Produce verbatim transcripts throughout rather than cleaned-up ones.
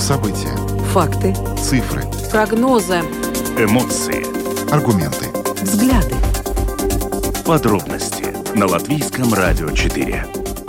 События. Факты. Цифры. Прогнозы. Эмоции. Аргументы. Взгляды. Подробности на Латвийском радио четыре.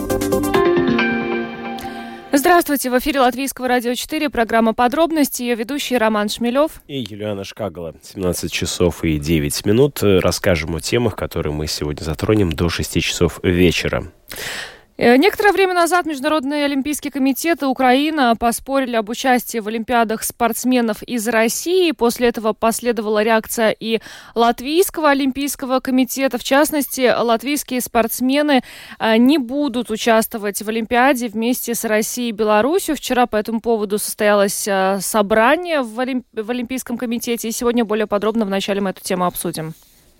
Здравствуйте, в эфире Латвийского радио четыре, программа «Подробности», ее ведущий Роман Шмелев и Юлиана Шкагала. семнадцать часов и девять минут. Расскажем о темах, которые мы сегодня затронем до шести часов вечера. Некоторое время назад Международный олимпийский комитет и Украина поспорили об участии в Олимпиадах спортсменов из России. После этого последовала реакция и Латвийского олимпийского комитета. В частности, латвийские спортсмены не будут участвовать в Олимпиаде вместе с Россией и Беларусью. Вчера по этому поводу состоялось собрание в, Олимп... в Олимпийском комитете. И сегодня более подробно вначале мы эту тему обсудим.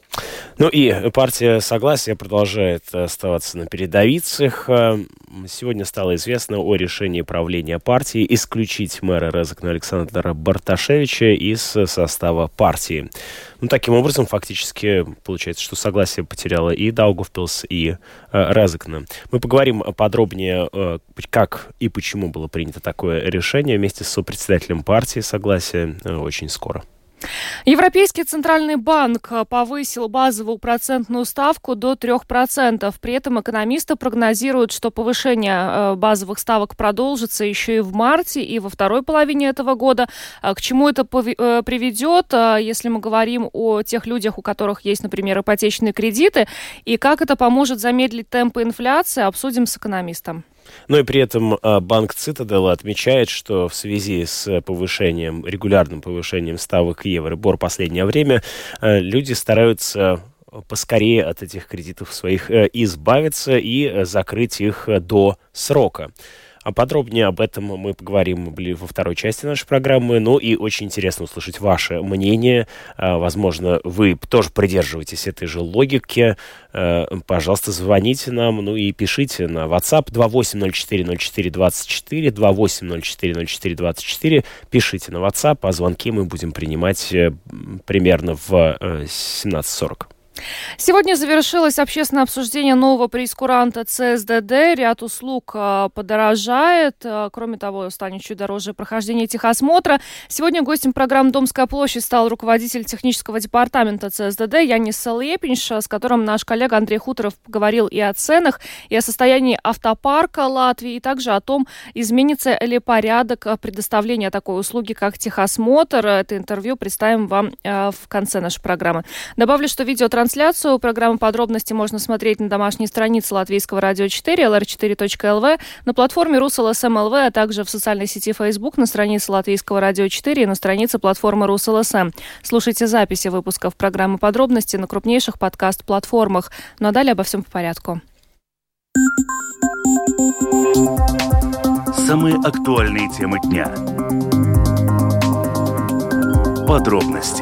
Ну и партия Согласия продолжает оставаться на передовицах. Сегодня стало известно о решении правления партии исключить мэра Резекна Александра Барташевича из состава партии. Ну, таким образом, фактически получается, что Согласие потеряло и Даугавпилс, и э, Резекна. Мы поговорим подробнее, э, как и почему было принято такое решение вместе с сопредседателем партии Согласия э, очень скоро. Европейский центральный банк повысил базовую процентную ставку до трех процентов. При этом экономисты прогнозируют, что повышение базовых ставок продолжится еще и в марте, и во второй половине этого года. К чему это приведет, если мы говорим о тех людях, у которых есть, например, ипотечные кредиты, и как это поможет замедлить темпы инфляции, обсудим с экономистом. Ну и при этом банк Цитадел отмечает, что в связи с повышением, регулярным повышением ставок Евробор в последнее время люди стараются поскорее от этих кредитов своих избавиться и закрыть их до срока. А подробнее об этом мы поговорим во второй части нашей программы. Ну и очень интересно услышать ваше мнение. Возможно, вы тоже придерживаетесь этой же логики. Пожалуйста, звоните нам, ну и пишите на WhatsApp два восемь ноль четыре ноль четыре двадцать четыре, два восемь ноль четыре ноль четыре двадцать четыре. Пишите на WhatsApp, а звонки мы будем принимать примерно в семнадцать сорок. Сегодня завершилось общественное обсуждение нового прейскуранта ЦСДД. Ряд услуг подорожает. Кроме того, станет чуть дороже прохождение техосмотра. Сегодня гостем программы «Домская площадь» стал руководитель технического департамента ЦСДД Янис Салепинш, с которым наш коллега Андрей Хуторов поговорил и о ценах, и о состоянии автопарка Латвии, и также о том, изменится ли порядок предоставления такой услуги, как техосмотр. Это интервью представим вам в конце нашей программы. Добавлю, что видеотрансляцию Трансляцию программы «Подробности» можно смотреть на домашней странице Латвийского радио четыре, эл эр четыре точка эл ви, на платформе РусЛСМ эл ви, а также в социальной сети Facebook, на странице Латвийского радио четыре и на странице платформы РусЛСМ. Слушайте записи выпусков программы «Подробности» на крупнейших подкаст-платформах. Ну а далее обо всем по порядку. Самые актуальные темы дня. Подробности.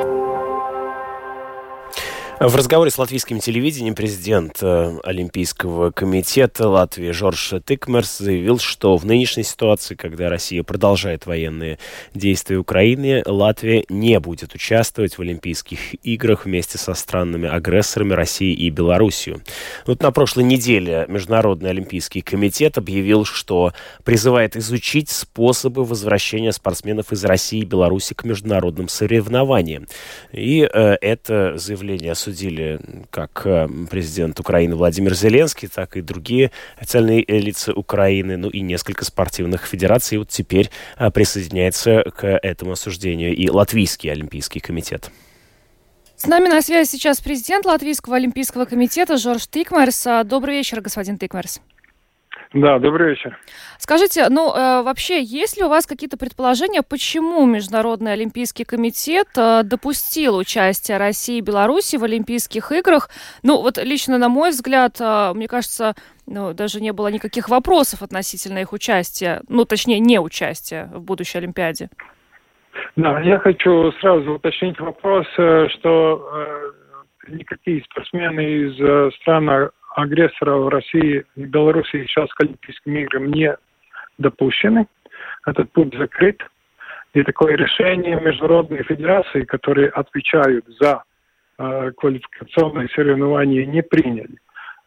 В разговоре с латвийским телевидением президент э, Олимпийского комитета Латвии Жорж Тикмерс заявил, что в нынешней ситуации, когда Россия продолжает военные действия Украины, Латвия не будет участвовать в Олимпийских играх вместе со странами-агрессорами Россией и Белоруссией. Вот на прошлой неделе Международный олимпийский комитет объявил, что призывает изучить способы возвращения спортсменов из России и Беларуси к международным соревнованиям. И э, это заявление осудили как президент Украины Владимир Зеленский, так и другие официальные лица Украины, ну и несколько спортивных федераций. И вот теперь присоединяется к этому осуждению и Латвийский олимпийский комитет. С нами на связи сейчас президент Латвийского олимпийского комитета Жорж Тикмерс. Добрый вечер, господин Тикмерс. Да, добрый вечер. Скажите, ну э, вообще, есть ли у вас какие-то предположения, почему Международный олимпийский комитет э, допустил участие России и Беларуси в Олимпийских играх? Ну вот лично на мой взгляд, э, мне кажется, ну, даже не было никаких вопросов относительно их участия, ну точнее не участия в будущей Олимпиаде. Да, я хочу сразу уточнить вопрос, что э, никакие спортсмены из э, стран агрессоров России и Белоруссии сейчас к Олимпийским играм не допущены. Этот путь закрыт. И такое решение международной федерации, которые отвечают за э, квалификационные соревнования, не приняли.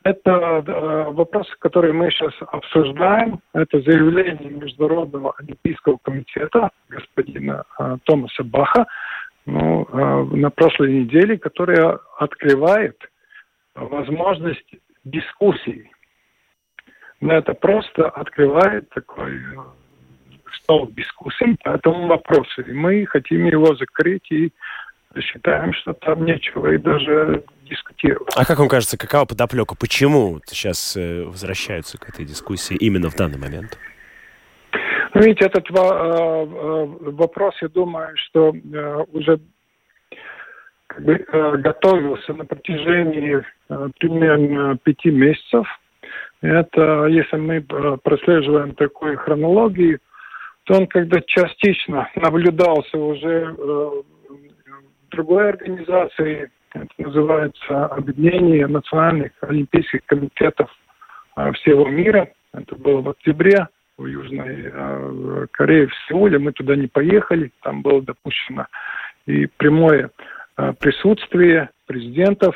Это э, вопросы, которые мы сейчас обсуждаем. Это заявление Международного олимпийского комитета господина э, Томаса Баха ну, э, на прошлой неделе, которое открывает возможность дискуссий. Но это просто открывает такой стол дискуссий по этому вопросу. И мы хотим его закрыть и считаем, что там нечего и даже дискутировать. А как вам кажется, какова подоплека? Почему сейчас возвращаются к этой дискуссии именно в данный момент? Ну, видите, этот вопрос, я думаю, что уже как бы готовился на протяжении примерно пяти месяцев. Это, если мы прослеживаем такую хронологию, то он когда частично наблюдался уже в другой организации, это называется Объединение национальных олимпийских комитетов всего мира. Это было в октябре в Южной Корее, в Сеуле. Мы туда не поехали, там было допущено и прямое присутствие президентов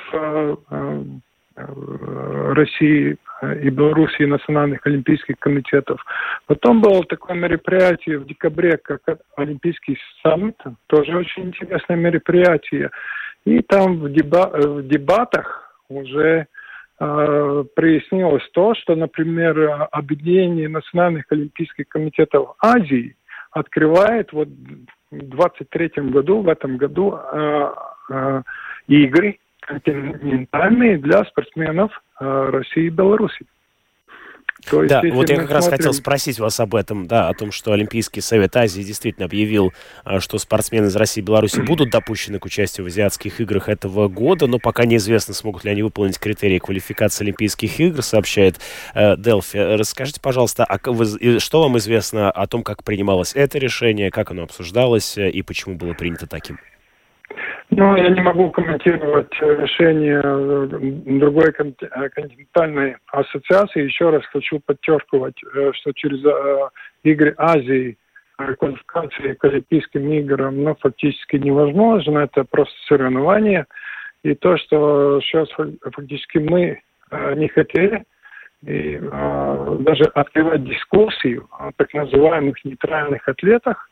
России и Белоруссии национальных олимпийских комитетов. Потом было такое мероприятие в декабре, как Олимпийский саммит, тоже очень интересное мероприятие. И там в, деба- в дебатах уже э, прояснилось то, что, например, Объединение национальных олимпийских комитетов Азии открывает вот в двадцать третьем году, в этом году, э, э, игры континентальные для спортсменов э, России и Беларуси. То есть, да, вот я как смотрим... раз хотел спросить вас об этом, да, о том, что Олимпийский совет Азии действительно объявил, что спортсмены из России и Беларуси будут допущены к участию в азиатских играх этого года, но пока неизвестно, смогут ли они выполнить критерии квалификации Олимпийских игр, сообщает э, Делфи. Расскажите, пожалуйста, а вы, что вам известно о том, как принималось это решение, как оно обсуждалось и почему было принято таким? Ну, я не могу комментировать решение другой континентальной ассоциации. Еще раз хочу подчеркивать, что через игры Азии квалификация к Олимпийским играм ну, фактически невозможно. Это просто соревнование. И то, что сейчас фактически мы не хотели, и даже открывать дискуссию о так называемых нейтральных атлетах,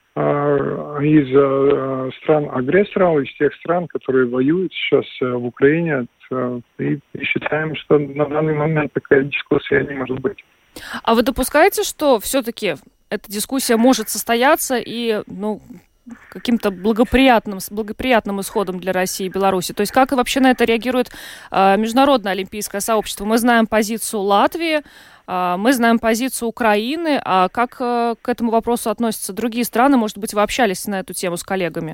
из э, стран-агрессоров, из тех стран, которые воюют сейчас э, в Украине. Э, и, и считаем, что на данный момент такая дискуссия не может быть. А вы допускаете, что все-таки эта дискуссия может состояться и ну, каким-то благоприятным, с благоприятным исходом для России и Беларуси? То есть как вообще на это реагирует э, международное олимпийское сообщество? Мы знаем позицию Латвии, мы знаем позицию Украины, а как к этому вопросу относятся другие страны? Может быть, вы общались на эту тему с коллегами?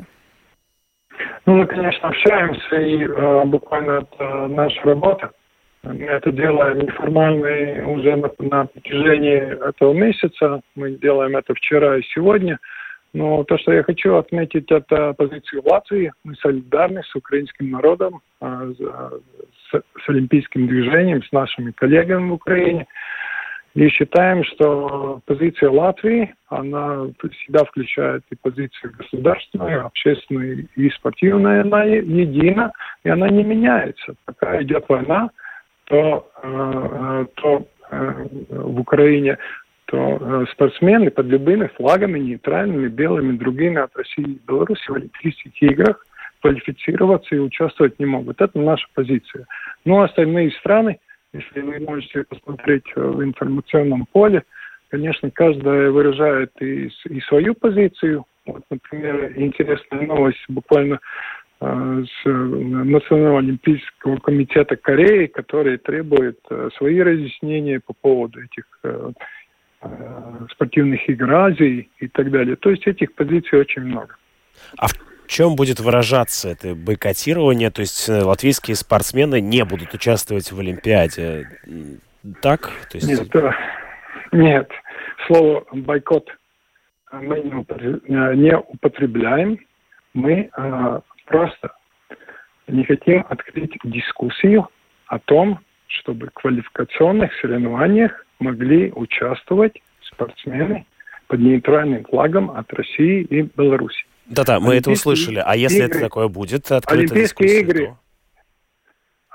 Ну, мы, конечно, общаемся, и э, буквально это наша работа. Мы это делаем неформально уже на, на протяжении этого месяца. Мы делаем это вчера и сегодня. Но то, что я хочу отметить, это позицию Латвии. Мы солидарны с украинским народом, э, с, с олимпийским движением, с нашими коллегами в Украине. И считаем, что позиция Латвии, она всегда включает и позицию государственную, общественную и спортивную, она едина, и она не меняется. Пока идет война, то, э, то э, в Украине, то э, спортсмены под любыми флагами, нейтральными, белыми, другими от России и Беларуси в Олимпийских играх квалифицироваться и участвовать не могут. Это наша позиция. Но остальные страны, если вы можете посмотреть в информационном поле, конечно, каждая выражает и, и свою позицию. Вот, например, интересная новость буквально э, с Национального олимпийского комитета Кореи, который требует э, свои разъяснения по поводу этих э, э, спортивных игр Азии и так далее. То есть этих позиций очень много. А в чем будет выражаться это бойкотирование? То есть латвийские спортсмены не будут участвовать в Олимпиаде, так? То есть... Нет, нет, слово бойкот мы не употребляем. Мы э, просто не хотим открыть дискуссию о том, чтобы в квалификационных соревнованиях могли участвовать спортсмены под нейтральным флагом от России и Беларуси. Да-да, мы это услышали. А если игры, это такое будет, открытая Олимпийские дискуссия, игры, то...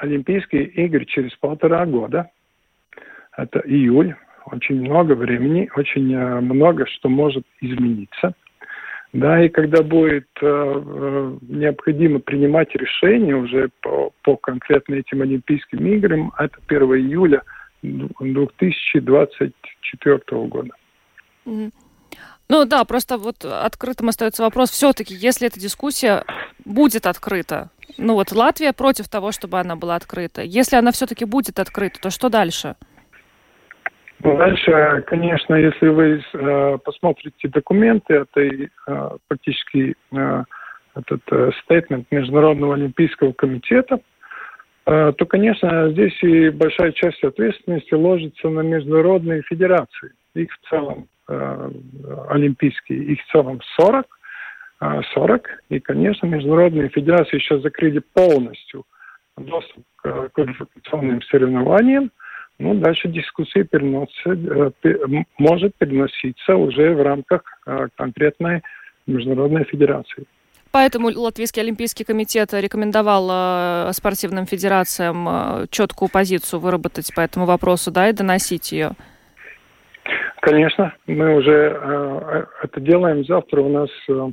Олимпийские игры через полтора года. Это июль. Очень много времени, очень э, много что может измениться. Да, и когда будет э, необходимо принимать решение уже по, по конкретно этим Олимпийским играм, это первого июля две тысячи двадцать четвёртого года. Mm-hmm. Ну да, просто вот открытым остается вопрос, все-таки, если эта дискуссия будет открыта, ну вот Латвия против того, чтобы она была открыта, если она все-таки будет открыта, то что дальше? Ну, дальше, конечно, если вы э, посмотрите документы этой э, фактически э, этот стейтмент э, Международного олимпийского комитета, э, то, конечно, здесь и большая часть ответственности ложится на международные федерации. Их в целом э, олимпийские, их в целом сорок, э, сорок. И, конечно, международные федерации сейчас закрыли полностью доступ к квалификационным соревнованиям. Ну, дальше дискуссия переносится, может переноситься уже в рамках конкретной международной федерации. Поэтому Латвийский олимпийский комитет рекомендовал спортивным федерациям четкую позицию выработать по этому вопросу, да, и доносить ее? Конечно, мы уже это делаем. Завтра у нас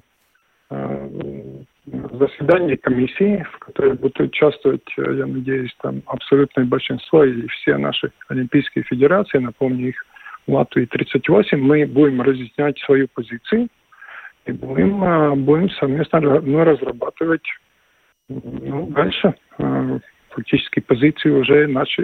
заседание комиссии, в которой будут участвовать, я надеюсь, там абсолютное большинство и все наши олимпийские федерации, напомню, их в Латвии тридцать восемь, мы будем разъяснять свою позицию и будем, будем совместно ну, разрабатывать ну, дальше фактически позиции уже наши,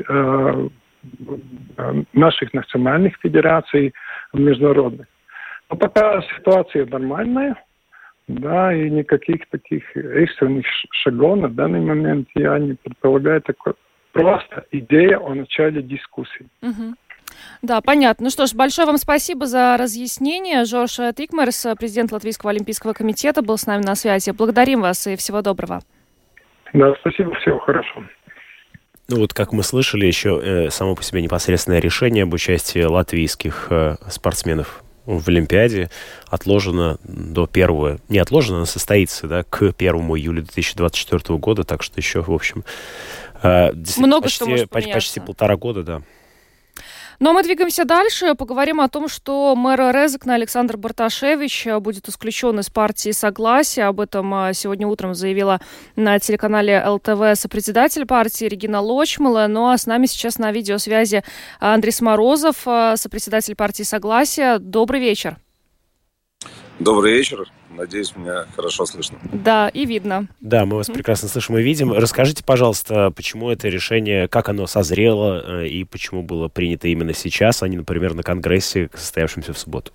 наших национальных федераций международных. Но пока ситуация нормальная. Да, и никаких таких экстренных шагов на данный момент я не предполагаю. Это просто идея о начале дискуссии. Угу. Да, понятно. Ну что ж, большое вам спасибо за разъяснение. Жорж Тикмерс, президент Латвийского олимпийского комитета, был с нами на связи. Благодарим вас и всего доброго. Да, спасибо, всего хорошего. Ну вот, как мы слышали, еще э, само по себе непосредственное решение об участии латвийских э, спортсменов в Олимпиаде отложено до первого... Не отложено, но состоится, да, к первому июля две тысячи двадцать четвёртого года, так что еще, в общем, э, много почти, что может почти, почти полтора года, да. Ну а мы двигаемся дальше. Поговорим о том, что мэр Резекна Александр Барташевич будет исключен из партии Согласия. Об этом сегодня утром заявила на телеканале эл тэ вэ сопредседатель партии Регина Лочмала. Ну а с нами сейчас на видеосвязи Андрей Морозов, сопредседатель партии Согласия. Добрый вечер. Добрый вечер. Надеюсь, меня хорошо слышно. Да, и видно. Да, мы вас прекрасно слышим и видим. Расскажите, пожалуйста, почему это решение, как оно созрело и почему было принято именно сейчас, а не, например, на Конгрессе, состоявшемся в субботу?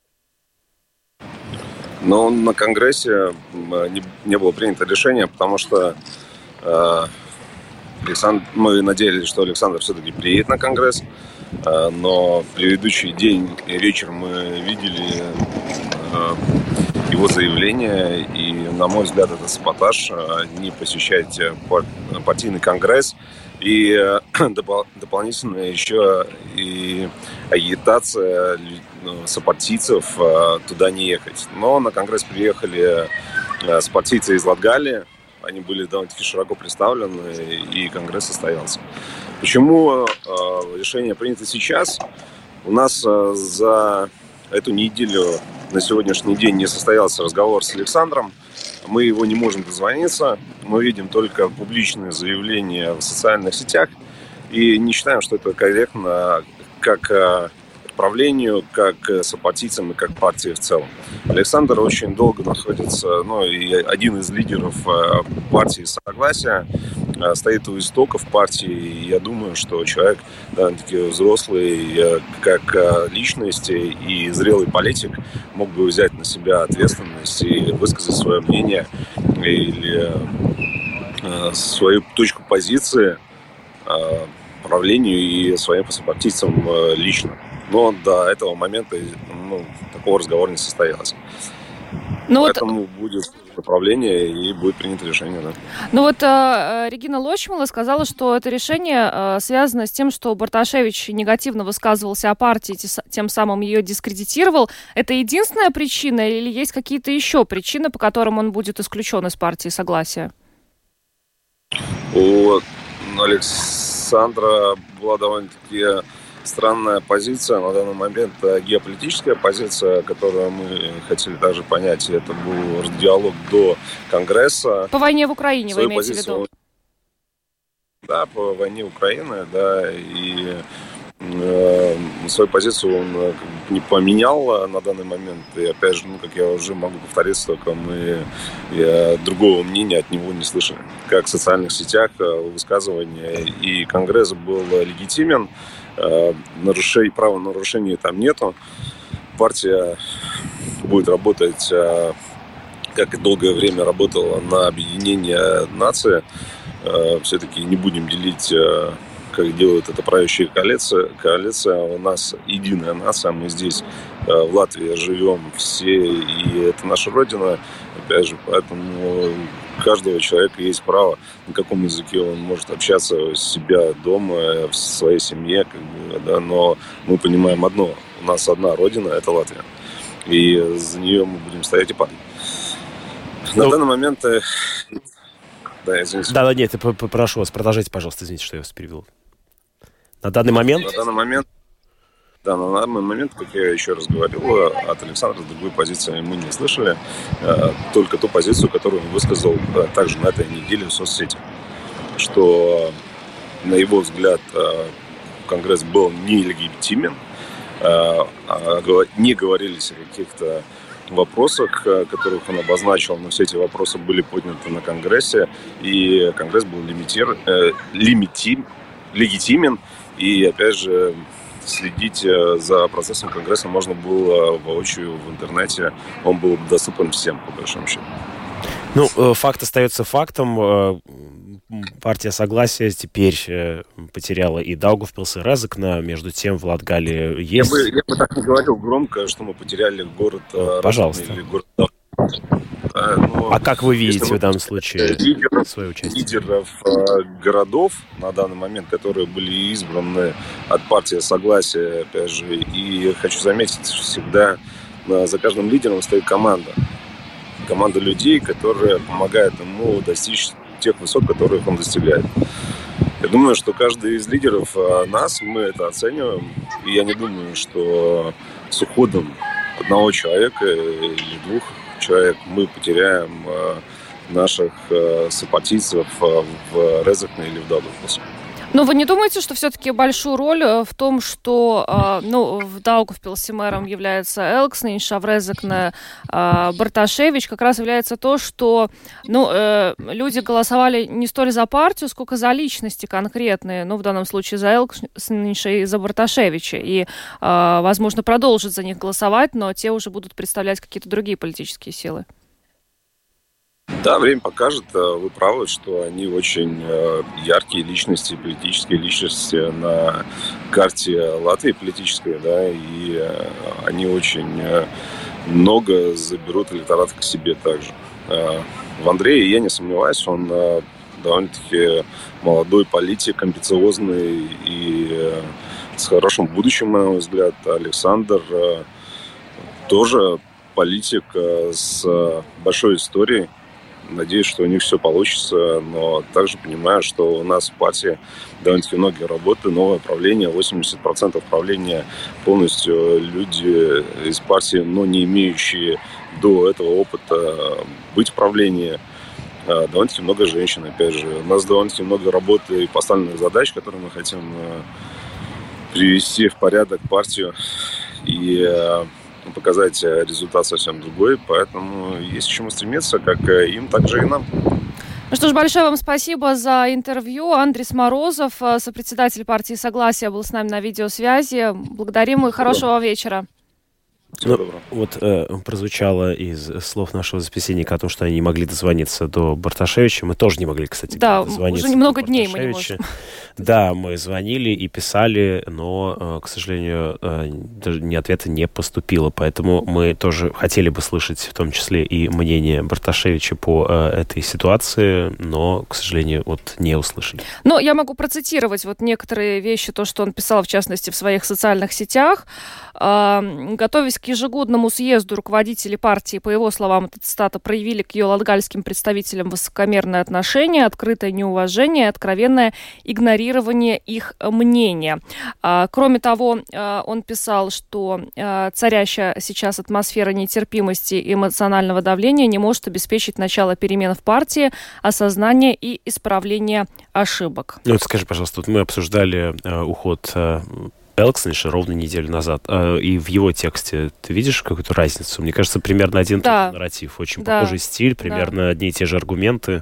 Но на Конгрессе не, не было принято решение, потому что э, Александр, мы надеялись, что Александр все-таки приедет на Конгресс, э, но предыдущий день и вечер мы видели э, его заявление, и, на мой взгляд, это саботаж, не посещать партийный конгресс, и допол- дополнительно еще и агитация сопартийцев туда не ехать. Но на конгресс приехали сопартийцы из Латгалии, они были довольно-таки широко представлены, и конгресс состоялся. Почему решение принято сейчас? У нас за эту неделю на сегодняшний день не состоялся разговор с Александром. Мы его не можем дозвониться. Мы видим только публичные заявления в социальных сетях. И не считаем, что это корректно как правлению, как сопартийцам и как партии в целом. Александр очень долго находится, ну, и один из лидеров партии Согласия, стоит у истоков партии. И я думаю, что человек довольно-таки взрослый как личность и зрелый политик мог бы взять на себя ответственность и высказать свое мнение или свою точку позиции правлению и своим сопартийцам лично. Но до этого момента ну, такого разговора не состоялось. Ну Поэтому вот... будет направление и будет принято решение. Да. Ну вот э, Регина Лочмала сказала, что это решение э, связано с тем, что Барташевич негативно высказывался о партии, тем самым ее дискредитировал. Это единственная причина или есть какие-то еще причины, по которым он будет исключен из партии Согласия? Вот. у Александра была довольно-таки странная позиция, на данный момент геополитическая позиция, которую мы хотели также понять. Это был диалог до Конгресса. По войне в Украине вы имеете в виду? Да, по войне Украины, да, и э, свою позицию он э, не поменял на данный момент. И опять же, ну, как я уже могу повториться, только мы я, другого мнения от него не слышали. Как в социальных сетях высказывания, и Конгресс был легитимен, э, нарушений, правонарушений там нету. Партия будет работать, э, как и долгое время работала, на объединение нации. Все-таки не будем делить, как делает это правящая коалиция. коалиция. У нас единая нация, мы здесь в Латвии живем все, и это наша родина. Опять же, поэтому у каждого человека есть право, на каком языке он может общаться у себя дома, в своей семье. Как бы, да, но мы понимаем одно, у нас одна родина, это Латвия. И за нее мы будем стоять и падать. На ну... данный момент... Да, извините. Да, да, нет, прошу вас, продолжайте, пожалуйста, извините, что я вас перевел. На данный момент? На данный момент, да, на данный момент, как я еще раз говорил, от Александра другой позиции мы не слышали, только ту позицию, которую он высказал также на этой неделе в соцсети, что, на его взгляд, Конгресс был нелегитимен, не говорились о каких-то вопросах, которых он обозначил, но все эти вопросы были подняты на Конгрессе, и Конгресс был лимитир, э, лимитим, легитимен, и, опять же, следить за процессом Конгресса можно было воочию в интернете, он был доступен всем, по большому счету. Ну, факт остается фактом. Партия Согласия теперь потеряла и Даугавпилс, и Резекне. Между тем в Латгалии есть... Я бы, я бы так не говорил громко, что мы потеряли город Пожалуйста. Резекне или город Даугавпилс. Но а как вы видите в данном случае лидеров, свое участие? Лидеров городов на данный момент, которые были избраны от партии Согласия, опять же, и хочу заметить, что всегда за каждым лидером стоит команда. Команда людей, которые помогают ему достичь тех высот, которых он достигает. Я думаю, что каждый из лидеров нас, мы это оцениваем. И я не думаю, что с уходом одного человека или двух человек мы потеряем наших симпатийцев в Резекне или в Даугавпилсе. Но вы не думаете, что все-таки большую роль в том, что ну, в Даугавпилсе мэром является Элкснинш, а в Резекне Барташевич, как раз является то, что ну, люди голосовали не столь за партию, сколько за личности конкретные, ну, в данном случае за Элкснинша и за Барташевича, и, возможно, продолжат за них голосовать, но те уже будут представлять какие-то другие политические силы. Да, время покажет. Вы правы, что они очень яркие личности, политические личности на карте Латвии политической, да, и они очень много заберут электората к себе также. В Андрее я не сомневаюсь, он довольно-таки молодой политик, амбициозный и с хорошим будущим, на мой взгляд. Александр тоже политик с большой историей. Надеюсь, что у них все получится, но также понимаю, что у нас в партии довольно-таки много работы, новое правление, восемьдесят процентов правления полностью люди из партии, но не имеющие до этого опыта быть в правлении. Довольно-таки много женщин, опять же. У нас довольно-таки много работы и поставленных задач, которые мы хотим привести в порядок партию и показать результат совсем другой, поэтому есть к чему стремиться, как им, так же и нам. Ну что ж, большое вам спасибо за интервью. Андрис Морозов, сопредседатель партии Согласия, был с нами на видеосвязи. Благодарим и хорошего вечера. Ну, вот э, прозвучало из слов нашего собеседника о том, что они не могли дозвониться до Барташевича. Мы тоже не могли, кстати, да, дозвониться уже много до дней мы не можем. Да, мы звонили и писали, но, э, к сожалению, э, даже ни ответа не поступило. Поэтому мы тоже хотели бы слышать в том числе и мнение Барташевича по э, этой ситуации, но, к сожалению, вот не услышали. Но я могу процитировать вот некоторые вещи, то, что он писал, в частности, в своих социальных сетях. Э, готовясь к к ежегодному съезду руководители партии, по его словам, эта цитата, проявили к ее латгальским представителям высокомерное отношение, открытое неуважение, откровенное игнорирование их мнения. Кроме того, он писал, что царящая сейчас атмосфера нетерпимости и эмоционального давления не может обеспечить начало перемен в партии, осознания и исправления ошибок. Ну, вот скажи, пожалуйста, вот мы обсуждали э, уход э, Элкснеша ровно неделю назад, э, и в его тексте ты видишь какую-то разницу? Мне кажется, примерно один и да. тот же нарратив, очень да. похожий стиль, примерно да. одни и те же аргументы.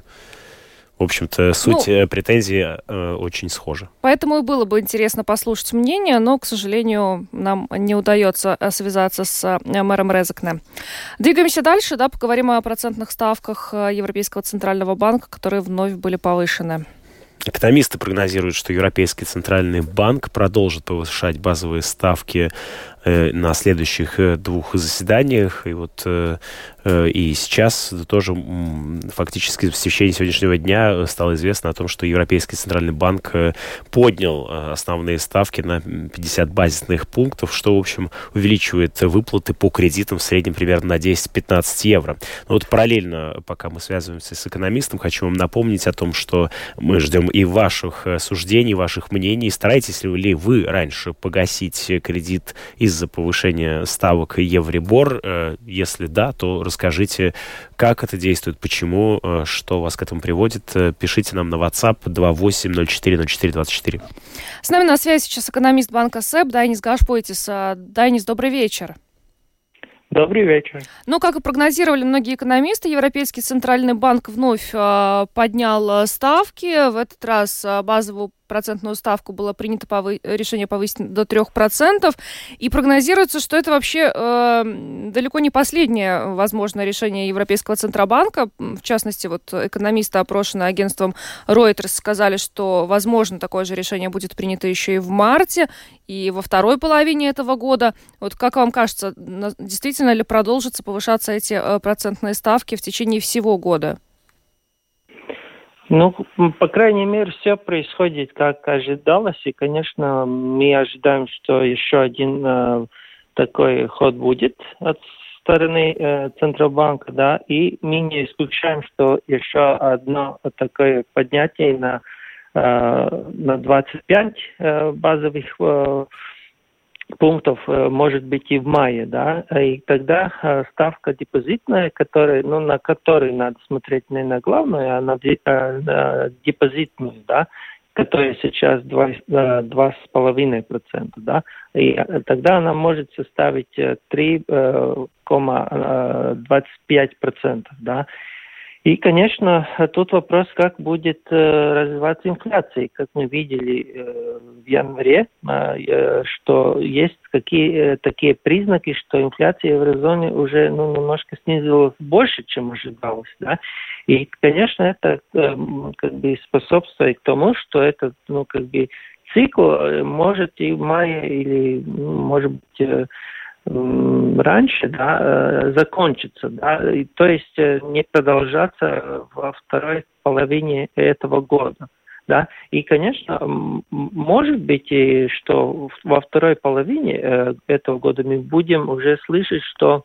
В общем-то, суть ну, претензий э, очень схожа. Поэтому и было бы интересно послушать мнение, но, к сожалению, нам не удается связаться с мэром Резекне. Двигаемся дальше, да, поговорим о процентных ставках Европейского центрального банка, которые вновь были повышены. Экономисты прогнозируют, что Европейский центральный банк продолжит повышать базовые ставки э, на следующих э, двух заседаниях. И вот э, э, и сейчас тоже м, фактически в течение сегодняшнего дня стало известно о том, что Европейский центральный банк э, поднял э, основные ставки на пятьдесят базисных пунктов, что, в общем, увеличивает выплаты по кредитам в среднем примерно на десять-пятнадцать евро. Но вот параллельно, пока мы связываемся с экономистом, хочу вам напомнить о том, что мы ждем и ваших суждений, ваших мнений. Стараетесь ли вы раньше погасить кредит из-за повышения ставок Еврибор? Если да, то расскажите, как это действует, почему, что вас к этому приводит. Пишите нам на WhatsApp два восемь ноль четыре ноль четыре двадцать четыре. С нами на связи сейчас экономист банка СЭБ Дайнис Гашпойтис. Дайнис, добрый вечер. Добрый вечер. Ну, как и прогнозировали многие экономисты, Европейский центральный банк вновь э, поднял ставки. В этот раз э, базовую процентную ставку было принято повы... решение повысить до трех процентов. И прогнозируется, что это вообще э, далеко не последнее возможное решение Европейского Центробанка. В частности, вот экономисты, опрошенные агентством Reuters, сказали, что, возможно, такое же решение будет принято еще и в марте, и во второй половине этого года. Вот как вам кажется, действительно ли продолжатся повышаться эти э, процентные ставки в течение всего года? Ну, по крайней мере, все происходит, как ожидалось. И, конечно, мы ожидаем, что еще один э, такой ход будет от стороны э, Центробанка, да, и мы не исключаем, что еще одно такое поднятие на, э, на двадцать пять э, базовых э, пунктов э, может быть и в мае, да, и тогда э, ставка депозитная, которая, ну, на которой надо смотреть не на главную, а на, э, на депозитную, да, которая сейчас два с половиной процента, да, и тогда она может составить три целых двадцать пять сотых процента, да. И, конечно, тут вопрос, как будет э, развиваться инфляция. Как мы видели э, в январе, э, что есть какие, э, такие признаки, что инфляция в еврозоне уже ну, немножко снизилась больше, чем ожидалось. Да? И, конечно, это э, как бы способствует тому, что этот ну, как бы цикл может и в мае или, может быть, э, раньше, да, закончится, да, и, то есть не продолжаться во второй половине этого года, да, и, конечно, может быть, и что во второй половине этого года мы будем уже слышать, что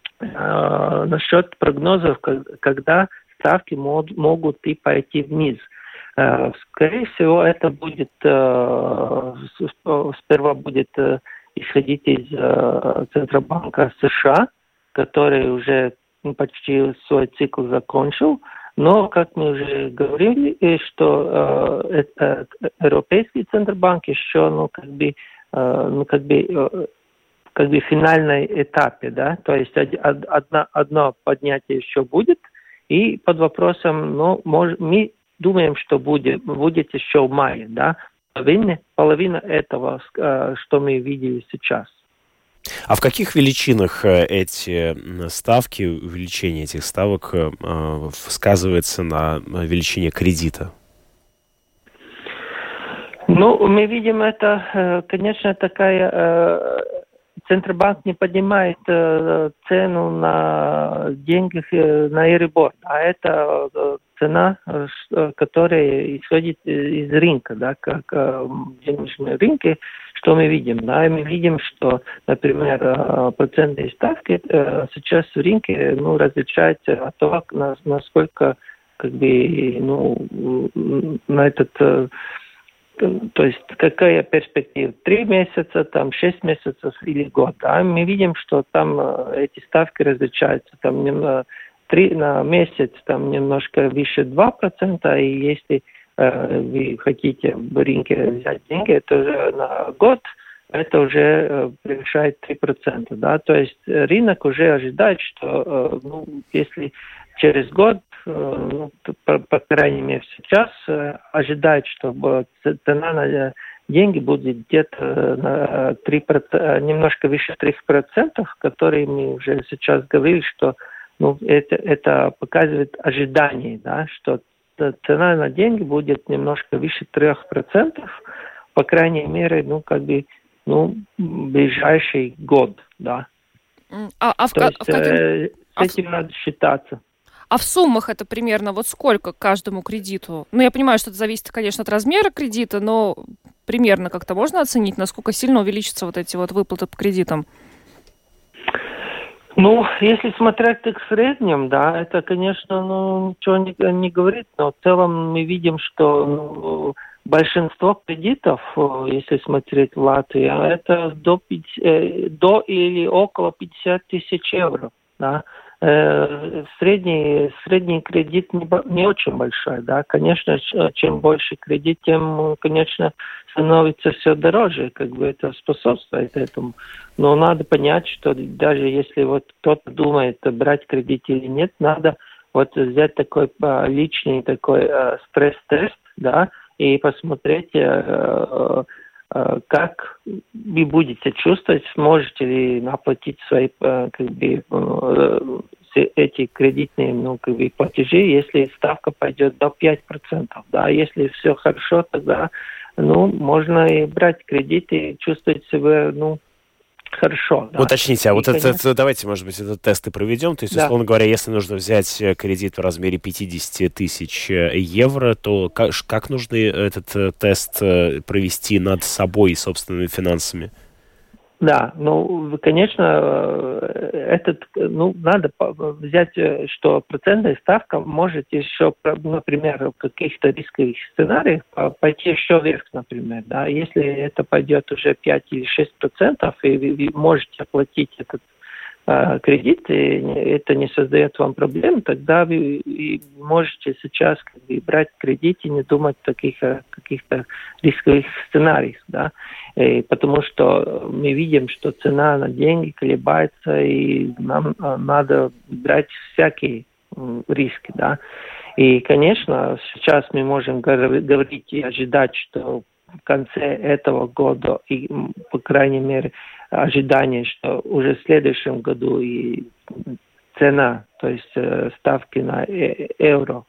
э, насчет прогнозов, когда ставки мод, могут и пойти вниз. Э, скорее всего, это будет, э, сперва будет э, исходить из э, Центробанка США, который уже ну, почти свой цикл закончил. Но, как мы уже говорили, что э, э, Европейский Центробанк еще ну, как бы, э, ну, как бы, э, как бы в финальной этапе. Да? То есть одно, одно поднятие еще будет. И под вопросом, ну, мож, мы думаем, что будет, будет еще в мае. Да? Половина, половина этого, что мы видели сейчас. А в каких величинах эти ставки, увеличение этих ставок сказывается на величине кредита? Ну, мы видим это, конечно, такая... Центробанк не поднимает цену на деньги на Еврибор, а это цена, которая исходит из рынка, да, как денежные рынки, что мы видим? Да, мы видим, что, например, процентные ставки сейчас в рынке, ну, различаются от того, насколько, как бы, ну, на этот, то есть какая перспектива, три месяца, там, шесть месяцев или год. Да? Мы видим, что там эти ставки различаются, там немного, три на месяц, там немножко выше два процента, и если вы хотите в рынке взять деньги, это уже на год, это уже превышает три процента. Да? То есть рынок уже ожидает, что ну, если через год, ну, по, по крайней мере сейчас, ожидает, что цена на деньги будет где-то на три процента, немножко выше трех процентов, которые мы уже сейчас говорили, что ну, это, это показывает ожидание, да, что цена на деньги будет немножко выше трех процентов, по крайней мере, ну, как бы, ну, ближайший год, да. А, а в, То есть, в каким... э, с а этим в... надо считаться. А в суммах это примерно вот сколько к каждому кредиту? Ну, я понимаю, что это зависит, конечно, от размера кредита, но примерно как-то можно оценить, насколько сильно увеличатся вот эти вот выплаты по кредитам? Ну, если смотреть так в среднем, да, это, конечно, ну, ничего не, не говорит, но в целом мы видим, что ну, большинство кредитов, если смотреть в Латвии, это до, до или около пятьдесят тысяч евро, да. Средний, средний кредит не, не очень большой, да, конечно, чем больше кредит, тем, конечно, становится все дороже, как бы это способствует этому. Но надо понять, что даже если вот кто-то думает, брать кредит или нет, надо вот взять такой личный такой стресс-тест, да, и посмотреть, как вы будете чувствовать, сможете ли оплатить свои как бы, эти кредитные ну, как бы, платежи, если ставка пойдет до пяти процентов. Да? Если все хорошо, тогда ну, можно и брать кредит и чувствовать себя ну, хорошо. Да? Уточните, а и, вот конечно... это, давайте, может быть, этот тест и проведем. То есть, да. условно говоря, если нужно взять кредит в размере пятьдесят тысяч евро, то как, как нужно этот тест провести над собой и собственными финансами? Да, ну, конечно, этот, ну, надо взять, что процентная ставка может еще, например, в каких-то рисковых сценариях пойти еще вверх, например, да, если это пойдет уже пять или шесть процентов, и вы можете оплатить этот э, кредит, и это не создает вам проблем, тогда вы можете сейчас как бы, брать кредит и не думать о таких каких-то рисковых сценариях, да. И потому что мы видим, что цена на деньги колебается, и нам надо брать всякие риски, да. И, конечно, сейчас мы можем говорить и ожидать, что в конце этого года, и, по крайней мере, ожидание, что уже в следующем году и цена, то есть ставки на евро,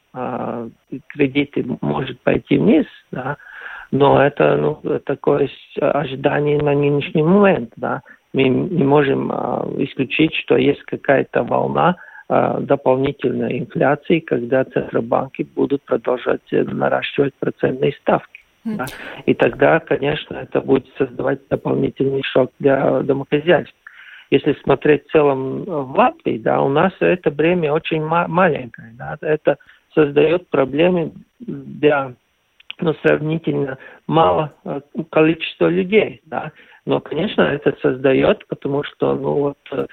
кредиты может пойти вниз, да. Но это ну, такое ожидание на нынешний момент. Да? Мы не можем а, исключить, что есть какая-то волна а, дополнительной инфляции, когда центробанки будут продолжать наращивать процентные ставки. Mm. Да? И тогда, конечно, это будет создавать дополнительный шок для домохозяйств. Если смотреть в целом в Латвии, да, у нас это бремя очень ма- маленькое. Да? Это создает проблемы для но сравнительно мало количество людей, да. Но, конечно, это создает, потому что, ну, вот,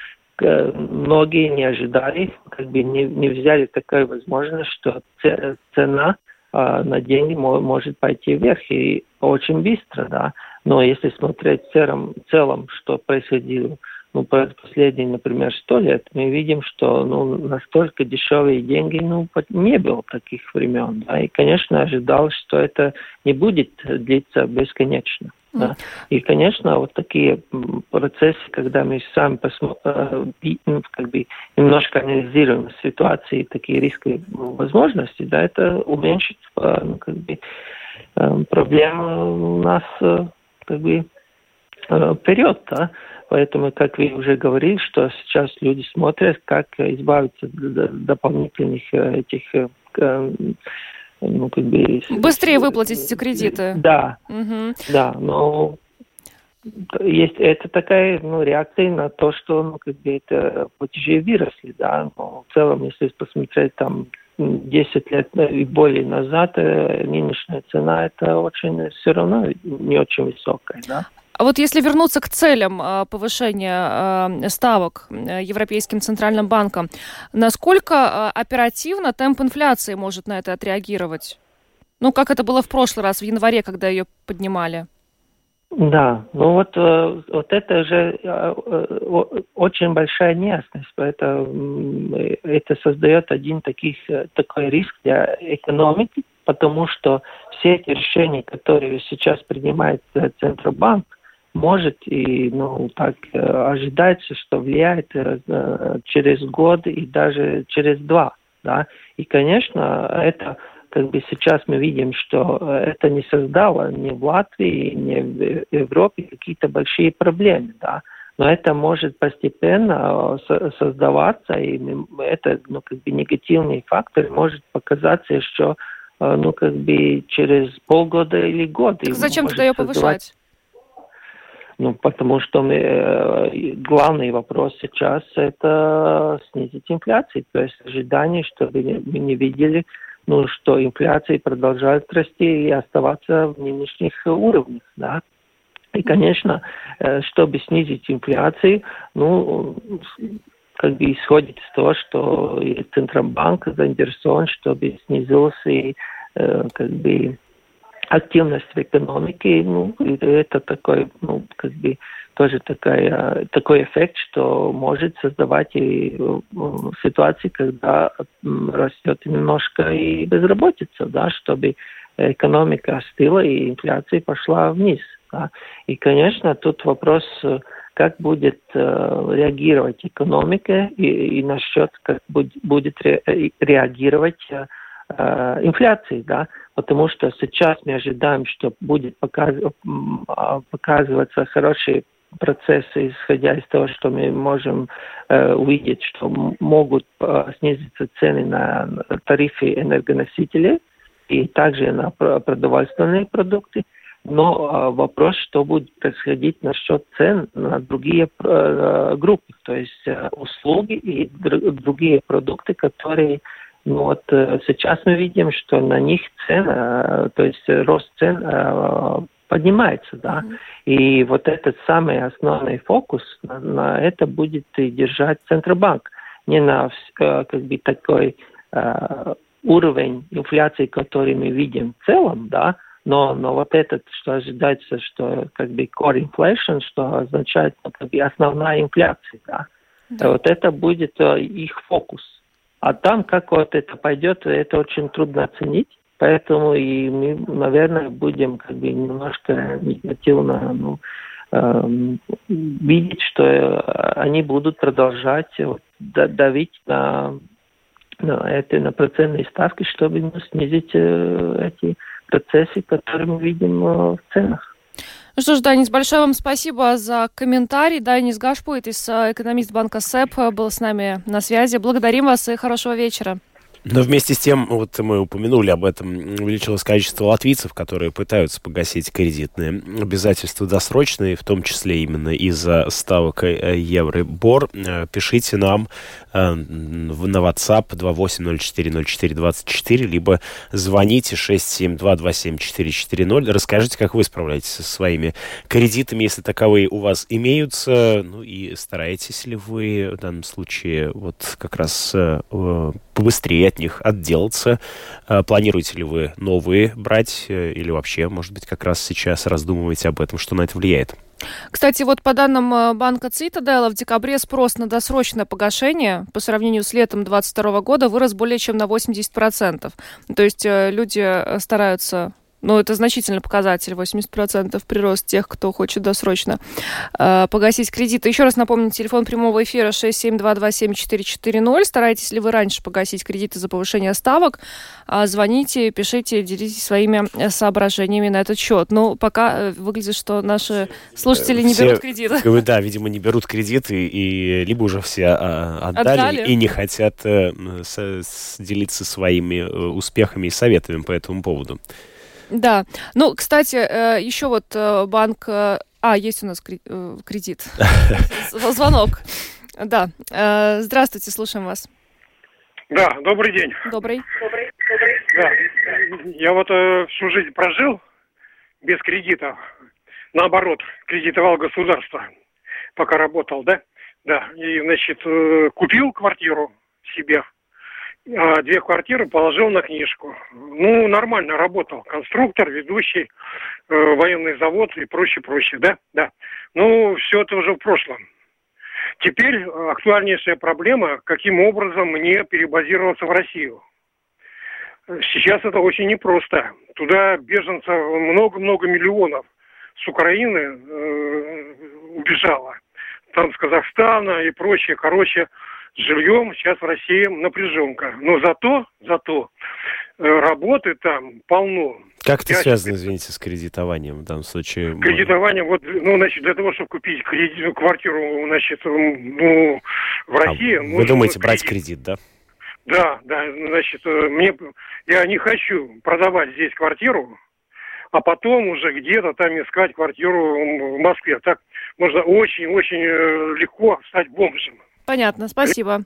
многие не ожидали, как бы не, не взяли такую возможность, что цена а, на деньги может пойти вверх и очень быстро, да. Но если смотреть в целом, в целом что происходило, ну, последние, например, сто лет, мы видим, что ну, настолько дешевые деньги ну, не было таких времен. Да? И, конечно, ожидал, что это не будет длиться бесконечно. Mm. Да? И, конечно, вот такие процессы, когда мы сами посмотрим, как бы немножко анализируем ситуации, такие рисковые возможности, да, это уменьшит ну, как бы, проблему у нас как бы, вперед, да. Поэтому, как вы уже говорили, что сейчас люди смотрят, как избавиться от дополнительных этих... Ну, как бы, быстрее выплатить эти кредиты. Да, угу. да, но... есть это такая ну, реакция на то, что ну, как бы это платежи выросли, да, но в целом, если посмотреть там десять лет и более назад, нынешняя цена это очень все равно не очень высокая, да. А вот если вернуться к целям повышения ставок Европейским центральным банком, насколько оперативно темп инфляции может на это отреагировать? Ну, как это было в прошлый раз, в январе, когда ее поднимали? Да, ну вот, вот это же очень большая неясность. Это, это создает один таких, такой риск для экономики, потому что все эти решения, которые сейчас принимает Центробанк, может и ну, так ожидается, что влияет через год и даже через два. Да? И, конечно, это как бы сейчас мы видим, что это не создало ни в Латвии, ни в Европе какие-то большие проблемы, да. Но это может постепенно создаваться, и это ну, как бы негативный фактор может показаться еще ну, как бы через полгода или год. Зачем тогда ее повышать? Ну, потому что мы, э, главный вопрос сейчас это снизить инфляцию, то есть ожидание, чтобы мы не видели, ну, что инфляция продолжает расти и оставаться в нынешних уровнях, да. И, конечно, э, чтобы снизить инфляцию, ну, как бы исходит из того, что и Центробанк заинтересован, чтобы снизилась и, э, как бы, активность в экономике, ну, это такой, ну, как бы, тоже такая, такой эффект, что может создавать и ситуации, когда растет немножко и безработица, да, чтобы экономика остыла и инфляция пошла вниз. Да. И, конечно, тут вопрос, как будет э, реагировать экономика и, и насчет, как будет, будет ре, реагировать э, инфляции, да, потому что сейчас мы ожидаем, что будет показ, показываться хорошие процессы, исходя из того, что мы можем э, увидеть, что могут э, снизиться цены на тарифы энергоносителей и также на продовольственные продукты. Но э, вопрос, что будет происходить насчет цен на другие э, группы, то есть э, услуги и др- другие продукты, которые ну, вот э, сейчас мы видим, что на них цена, э, то есть рост цен э, поднимается, да, mm-hmm. и вот этот самый основной фокус на, на это будет и держать Центробанк, не на э, как бы такой э, уровень инфляции, который мы видим в целом, да, но, но вот этот, что ожидается, что как бы core inflation, что означает ну, как бы основная инфляция, да, mm-hmm. вот это будет э, их фокус. А там, как вот это пойдет, это очень трудно оценить. Поэтому и мы, наверное, будем как бы немножко негативно ну, э, видеть, что они будут продолжать вот, давить на, на, это, на процентные ставки, чтобы ну, снизить э, эти процессы, которые мы видим э, в ценах. Ну что ж, Данис, большое вам спасибо за комментарий. Данис Гашпуит, экономист банка СЭП, был с нами на связи. Благодарим вас и хорошего вечера. Но вместе с тем, вот мы упомянули об этом, увеличилось количество латвийцев, которые пытаются погасить кредитные обязательства досрочные, в том числе именно из-за ставок Евробор. Пишите нам на WhatsApp два восемь ноль четыре ноль четыре двадцать четыре, либо звоните шесть семь два два семь четыре четыре ноль. Расскажите, как вы справляетесь со своими кредитами, если таковые у вас имеются, ну и стараетесь ли вы в данном случае вот как раз побыстрее от них отделаться. Планируете ли вы новые брать или вообще, может быть, как раз сейчас раздумываете об этом, что на это влияет? Кстати, вот по данным банка Цитадела, в декабре спрос на досрочное погашение по сравнению с летом двадцать второго года вырос более чем на восемьдесят процентов. То есть люди стараются... Ну, это значительный показатель, восемьдесят процентов прирост тех, кто хочет досрочно э, погасить кредиты. Еще раз напомню, телефон прямого эфира шесть семь два два семь четыре четыре ноль. Стараетесь ли вы раньше погасить кредиты за повышение ставок? Э, звоните, пишите, делитесь своими соображениями на этот счет. Ну, пока э, выглядит, что наши слушатели не все, берут кредиты. Да, видимо, не берут кредиты, и либо уже все э, отдали, отдали и не хотят э, с, с, делиться своими э, успехами и советами по этому поводу. Да. Ну, кстати, еще вот банк... А, есть у нас кредит. Звонок. Да. Здравствуйте, слушаем вас. Да, добрый день. Добрый. Добрый. Да. Я вот э, всю жизнь прожил без кредита. Наоборот, кредитовал государство, пока работал, да? Да. И, значит, э, купил квартиру себе, а две квартиры положил на книжку. Ну, нормально работал. Конструктор, ведущий, э, военный завод и прочее, прочее, да? Да. Ну, все это уже в прошлом. Теперь актуальнейшая проблема, каким образом мне перебазироваться в Россию. Сейчас это очень непросто. Туда беженцев много-много миллионов с Украины э, убежало. Там с Казахстана и прочее. Короче, с жильем сейчас в России напряженка. Но зато, зато э, работы там полно. Как это Я связано, сейчас... извините, с кредитованием в данном случае? Кредитование, вот, ну, значит, для того, чтобы купить кредит, квартиру, значит, ну, в России... А, вы думаете кредит. брать кредит, да? Да, да, значит, мне, я не хочу продавать здесь квартиру, а потом уже где-то там искать квартиру в Москве. Так можно очень-очень легко стать бомжем. Понятно, спасибо.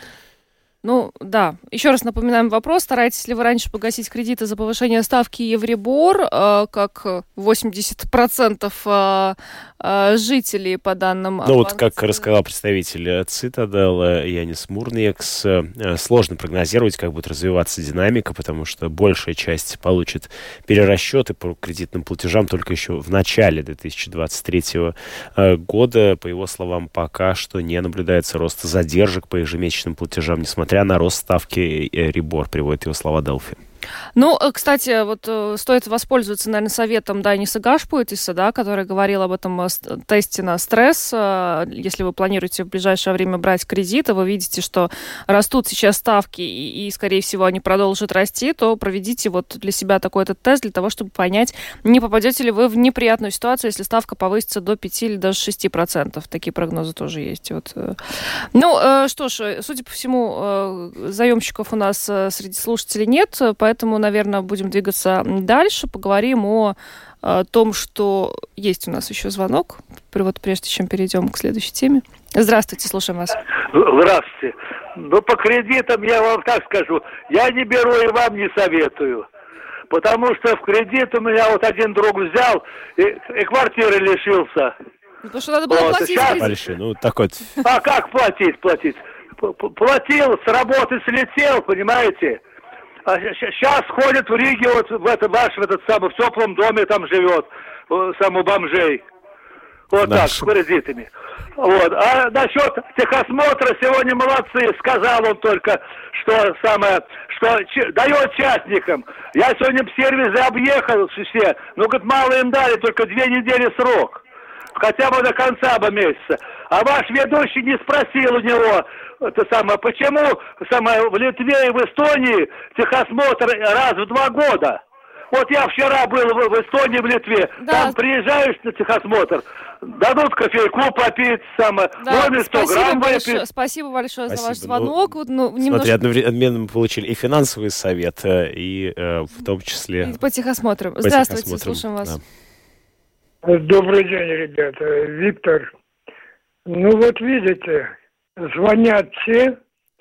Ну, да. Еще раз напоминаем вопрос. Стараетесь ли вы раньше погасить кредиты за повышение ставки Еврибор, э, как восемьдесят процентов э, э, жителей по данным... Ну, вот как рассказал представитель Цитадел Янис Мурниекс, э, сложно прогнозировать, как будет развиваться динамика, потому что большая часть получит перерасчеты по кредитным платежам только еще в начале две тысячи двадцать третьего э, года. По его словам, пока что не наблюдается роста задержек по ежемесячным платежам, несмотря на рост ставки Рибор, приводит его слова Делфи. Ну, кстати, вот стоит воспользоваться, наверное, советом Дайниса Гашпуитиса, да, который говорил об этом тесте на стресс. Если вы планируете в ближайшее время брать кредиты, вы видите, что растут сейчас ставки и, и, скорее всего, они продолжат расти, то проведите вот для себя такой этот тест для того, чтобы понять, не попадете ли вы в неприятную ситуацию, если ставка повысится до пяти или даже шести процентов. Такие прогнозы тоже есть. Вот. Ну, что ж, судя по всему, заемщиков у нас среди слушателей нет, поэтому Поэтому, наверное, будем двигаться дальше. Поговорим о, о том, что есть у нас еще звонок. Вот прежде чем перейдем к следующей теме. Здравствуйте, слушаем вас. Здравствуйте. Ну, по кредитам я вам так скажу. Я не беру и вам не советую. Потому что в кредит у меня вот один друг взял и, и квартиры лишился. Потому что надо было вот, платить сейчас... Большой, ну, такой... А как платить, платить? Платил, с работы слетел, понимаете? А сейчас ходит в Риге, вот в этом ваш, в этот самый, в теплом доме там живет, сам у бомжей. Вот Наш. так, с кредитами. Вот. А насчет техосмотра сегодня молодцы. Сказал он только, что самое, что ч- дает частникам. Я сегодня в сервисе объехал все. Ну, говорит, мало им дали, только две недели срок. Хотя бы до конца бы месяца. А ваш ведущий не спросил у него, это самое, почему самое, в Литве и в Эстонии техосмотр раз в два года. Вот я вчера был в, в Эстонии, в Литве. Да. Там приезжаешь на техосмотр, дадут кофейку попить, самое, да, можно сто грамм выпить. Спасибо большое Спасибо. за ваш звонок. Ну, вот, ну, смотри, немножко... одновременно мы получили и финансовый совет, и э, в том числе... И по техосмотрам. По Здравствуйте, техосмотрам. слушаем вас. Да. Добрый день, ребята. Виктор. Ну вот видите, звонят те,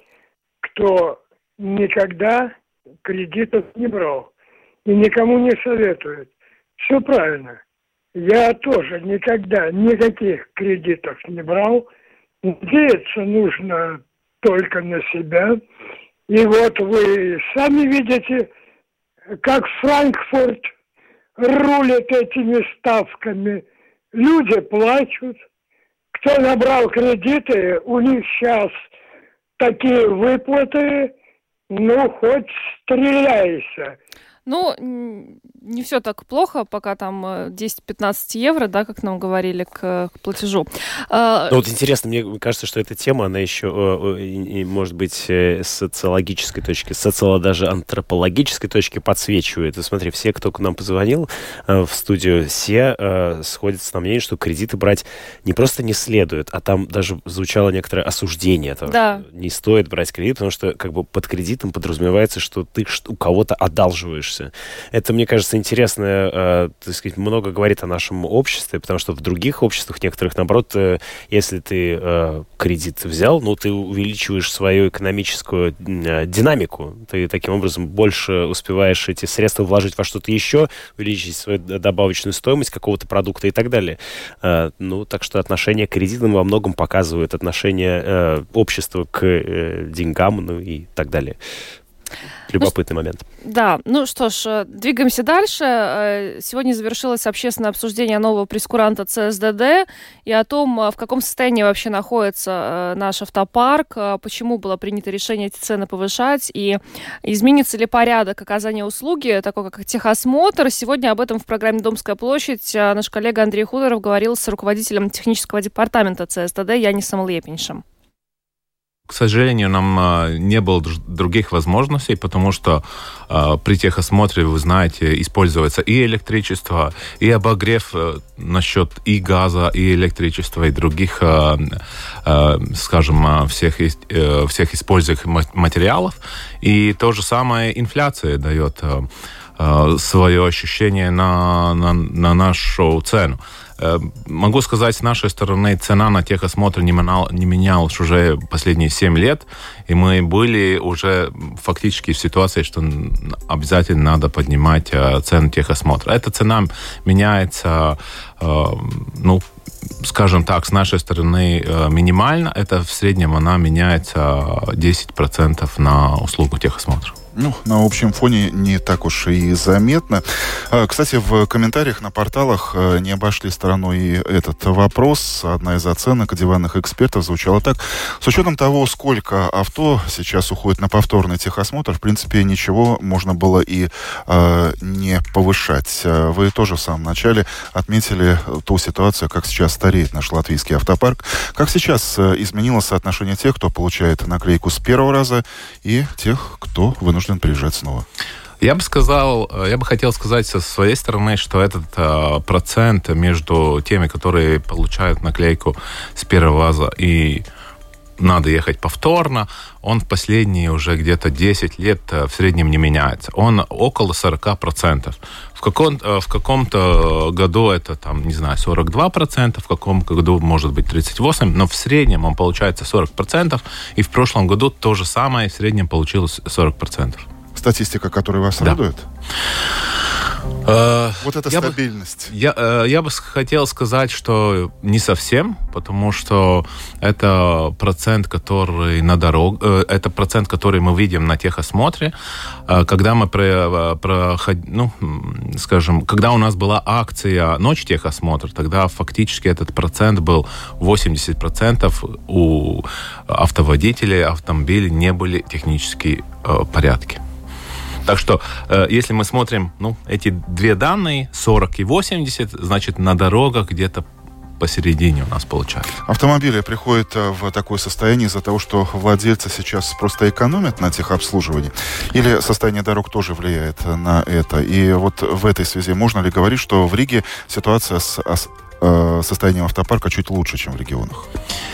кто никогда кредитов не брал и никому не советует. Все правильно. Я тоже никогда никаких кредитов не брал. Надеяться нужно только на себя. И вот вы сами видите, как Франкфурт рулит этими ставками. Люди плачут. Кто набрал кредиты, у них сейчас такие выплаты, ну, хоть стреляйся. Ну, не все так плохо, пока там десять-пятнадцать евро, да, как нам говорили, к, к платежу. Ну, вот интересно, мне кажется, что эта тема, она еще, может быть, с социологической точки, с социоло даже антропологической точки подсвечивает. И смотри, все, кто к нам позвонил в студию, все сходятся на мнение, что кредиты брать не просто не следует, а там даже звучало некоторое осуждение того, да. что не стоит брать кредит, потому что как бы под кредитом подразумевается, что ты у кого-то одалживаешь пользуешься. Это, мне кажется, интересно, э, так сказать, много говорит о нашем обществе, потому что в других обществах, некоторых, наоборот, э, если ты э, кредит взял, ну, ты увеличиваешь свою экономическую э, динамику. Ты таким образом больше успеваешь эти средства вложить во что-то еще, увеличить свою добавочную стоимость какого-то продукта и так далее. Э, ну, так что отношение к кредитам во многом показывает отношение э, общества к э, деньгам, ну и так далее. Любопытный ну, момент. Да, ну что ж, двигаемся дальше. Сегодня завершилось общественное обсуждение нового прейскуранта ЦСДД и о том, в каком состоянии вообще находится наш автопарк, почему было принято решение эти цены повышать и изменится ли порядок оказания услуги, такой как техосмотр. Сегодня об этом в программе «Домская площадь» наш коллега Андрей Худоров говорил с руководителем технического департамента ЦСДД Янисом Лепиншем. К сожалению, нам не было других возможностей, потому что э, при техосмотре, вы знаете, используется и электричество, и обогрев э, насчет и газа, и электричества, и других, э, э, скажем, всех, э, всех используемых материалов. И то же самое инфляция дает э, э, свое ощущение на, на, на нашу цену. Могу сказать, с нашей стороны цена на техосмотр не, менял, не менялась уже последние семь лет, и мы были уже фактически в ситуации, что обязательно надо поднимать цену техосмотра. Эта цена меняется, ну, скажем так, с нашей стороны минимально. Это в среднем она меняется десять процентов на услугу техосмотра. Ну, на общем фоне не так уж и заметно. Кстати, в комментариях на порталах не обошли стороной и этот вопрос. Одна из оценок диванных экспертов звучала так. С учетом того, сколько авто сейчас уходит на повторный техосмотр, в принципе, ничего можно было и э, не повышать. Вы тоже в самом начале отметили ту ситуацию, как сейчас стареет наш латвийский автопарк. Как сейчас изменилось соотношение тех, кто получает наклейку с первого раза, и тех, кто вынужден приезжать снова? Я бы сказал, я бы хотел сказать со своей стороны, что этот э, процент между теми, которые получают наклейку с первого раза и надо ехать повторно, он в последние уже где-то десять лет в среднем не меняется. Он около сорок процентов. В, каком, в каком-то году это, там, не знаю, сорок два процента, в каком-то году может быть тридцать восемь процентов, но в среднем он получается сорок процентов, и в прошлом году то же самое, в среднем получилось сорок процентов. Статистика, которая вас да. радует? Uh, вот эта я стабильность. Бы, я, uh, я бы хотел сказать, что не совсем, потому что это процент, который на дорог, uh, это процент, который мы видим на техосмотре, uh, когда мы про, про, ну, скажем, когда у нас была акция «Ночь техосмотр», тогда фактически этот процент был восемьдесят процентов у автоводителей, автомобилей не были технические uh, порядки. Так что, э, если мы смотрим, ну, эти две данные, сорок и восемьдесят, значит, на дорогах где-то посередине у нас получается. Автомобили приходят в такое состояние из-за того, что владельцы сейчас просто экономят на техобслуживании? Или состояние дорог тоже влияет на это? И вот в этой связи можно ли говорить, что в Риге ситуация с э, состоянием автопарка чуть лучше, чем в регионах?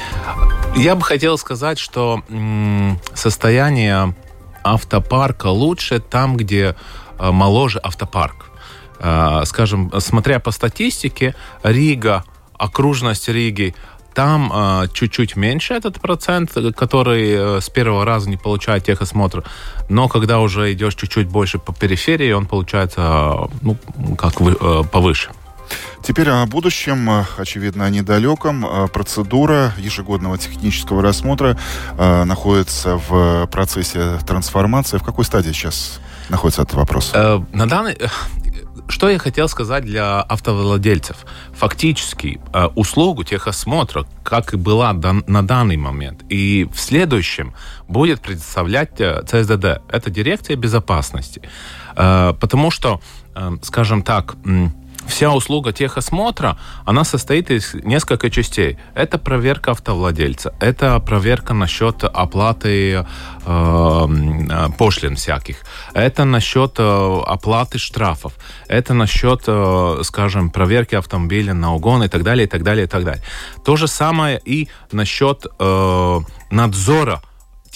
Я бы хотел сказать, что м- состояние автопарка лучше там, где э, моложе автопарк. Э, скажем, смотря по статистике, Рига, окружность Риги, там э, чуть-чуть меньше этот процент, который э, с первого раза не получает техосмотр. Но когда уже идешь чуть-чуть больше по периферии, он получается э, ну, как вы, э, повыше. Теперь о будущем, очевидно, о недалеком. Процедура ежегодного технического рассмотра э, находится в процессе трансформации. В какой стадии сейчас находится этот вопрос? Э, на данный... Что я хотел сказать для автовладельцев? Фактически э, услугу техосмотра, как и была дан, на данный момент, и в следующем будет предоставлять э, ЦСДД. Это дирекция безопасности. Э, потому что, э, скажем так... М- Вся услуга техосмотра, она состоит из нескольких частей. Это проверка автовладельца, это проверка насчет оплаты э, пошлин всяких, это насчет э, оплаты штрафов, это насчет, э, скажем, проверки автомобиля на угон и так далее, и так далее, и так далее. То же самое и насчет э, надзора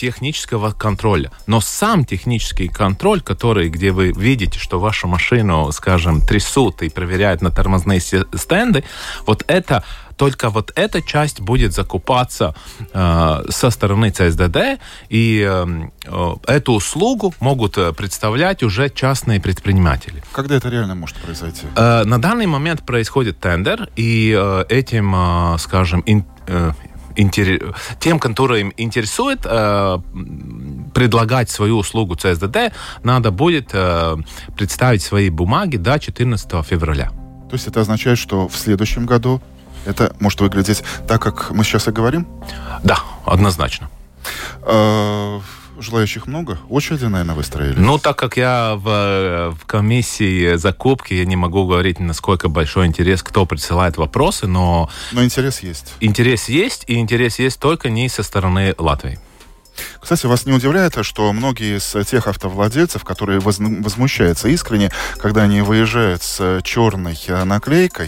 технического контроля. Но сам технический контроль, который, где вы видите, что вашу машину, скажем, трясут и проверяют на тормозные стенды, вот это только вот эта часть будет закупаться э, со стороны ЦСДД, и э, э, эту услугу могут представлять уже частные предприниматели. Когда это реально может произойти? Э, на данный момент происходит тендер, и э, этим, э, скажем, ин, э, интер... тем, которые им интересует э, предлагать свою услугу ЦСДД, надо будет э, представить свои бумаги до четырнадцатого февраля. То есть это означает, что в следующем году это может выглядеть так, как мы сейчас и говорим? Да, однозначно. А, желающих много? Очереди, наверное, выстроили? Ну, так как я в, в комиссии закупки, я не могу говорить, насколько большой интерес, кто присылает вопросы, но... Но интерес есть. Интерес есть, и интерес есть только не со стороны Латвии. Кстати, вас не удивляет, что многие из тех автовладельцев, которые возмущаются искренне, когда они выезжают с черной наклейкой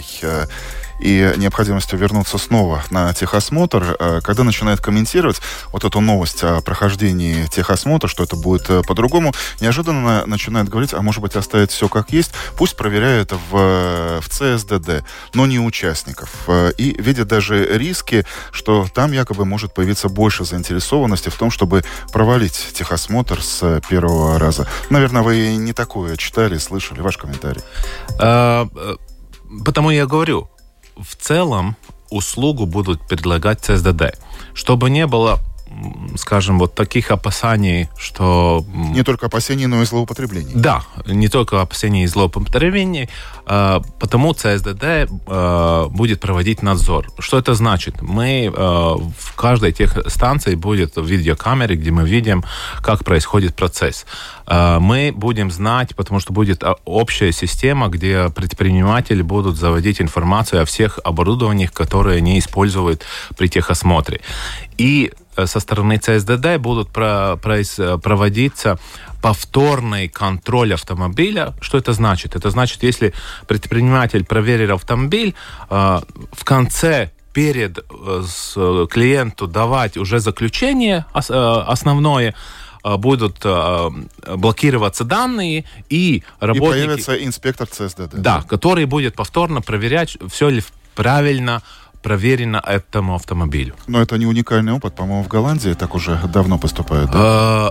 и необходимостью вернуться снова на техосмотр, когда начинают комментировать вот эту новость о прохождении техосмотра, что это будет по-другому, неожиданно начинают говорить, а может быть оставить все как есть, пусть проверяют в, в ЦСДД, но не участников. И видят даже риски, что там якобы может появиться больше заинтересованности в том, чтобы провалить техосмотр с первого раза. Наверное, вы не такое читали, слышали. Ваш комментарий. А, потому я говорю, в целом услугу будут предлагать ЦСДД. Чтобы не было, скажем, вот таких опасений, что... Не только опасений, но и злоупотреблений. Да, не только опасений и злоупотреблений. Потому ЦСДД будет проводить надзор. Что это значит? Мы в каждой техстанции будет видеокамеры, где мы видим, как происходит процесс. Мы будем знать, потому что будет общая система, где предприниматели будут заводить информацию о всех оборудованиях, которые они используют при техосмотре. И со стороны ЦСДД будут про, про, проводиться повторный контроль автомобиля. Что это значит? Это значит, если предприниматель проверил автомобиль, э, в конце, перед э, с, клиенту давать уже заключение ос, э, основное, э, будут э, блокироваться данные, и работники... И появится инспектор ЦСДД. Да, который будет повторно проверять, все ли правильно проверено этому автомобилю. Но это не уникальный опыт. По-моему, в Голландии так уже давно поступают. Да?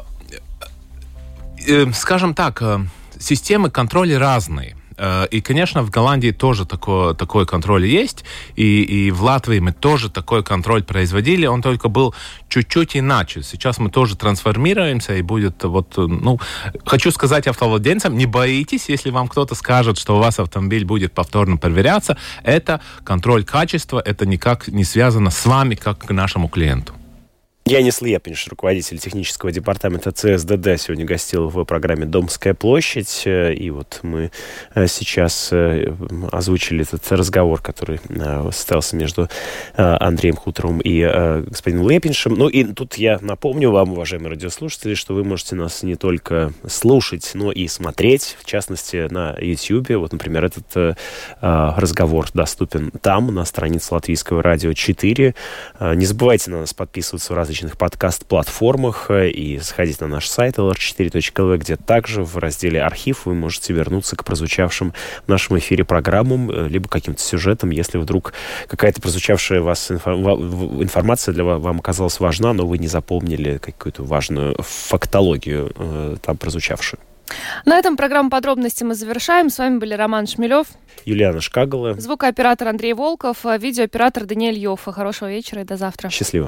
Скажем так, системы контроля разные. И, конечно, в Голландии тоже такой, такой контроль есть, и, и в Латвии мы тоже такой контроль производили, он только был чуть-чуть иначе. Сейчас мы тоже трансформируемся, и будет вот, ну, хочу сказать автовладельцам, не боитесь, если вам кто-то скажет, что у вас автомобиль будет повторно проверяться, это контроль качества, это никак не связано с вами, как к нашему клиенту. Янис Лепинш, руководитель технического департамента ЦСДД, сегодня гостил в программе «Домская площадь». И вот мы сейчас озвучили этот разговор, который состоялся между Андреем Хуторовым и господином Лепиншем. Ну и тут я напомню вам, уважаемые радиослушатели, что вы можете нас не только слушать, но и смотреть, в частности, на YouTube. Вот, например, этот разговор доступен там, на странице Латвийского радио четыре. Не забывайте на нас подписываться в различных подкаст-платформах и заходить на наш сайт эл эр четыре точка эл ви, где также в разделе «Архив» вы можете вернуться к прозвучавшим в нашем эфире программам, либо каким-то сюжетам, если вдруг какая-то прозвучавшая вас информация для вас вам оказалась важна, но вы не запомнили какую-то важную фактологию э, там прозвучавшую. На этом программу «Подробности» мы завершаем. С вами были Роман Шмелев, Юлиана Шкагала, звукооператор Андрей Волков, видеооператор Даниэль Йоффа. Хорошего вечера и до завтра. Счастливо.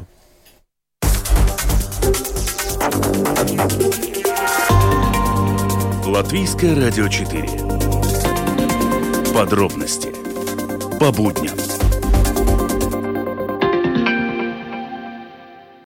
Латвийское радио четыре. Подробности по будням.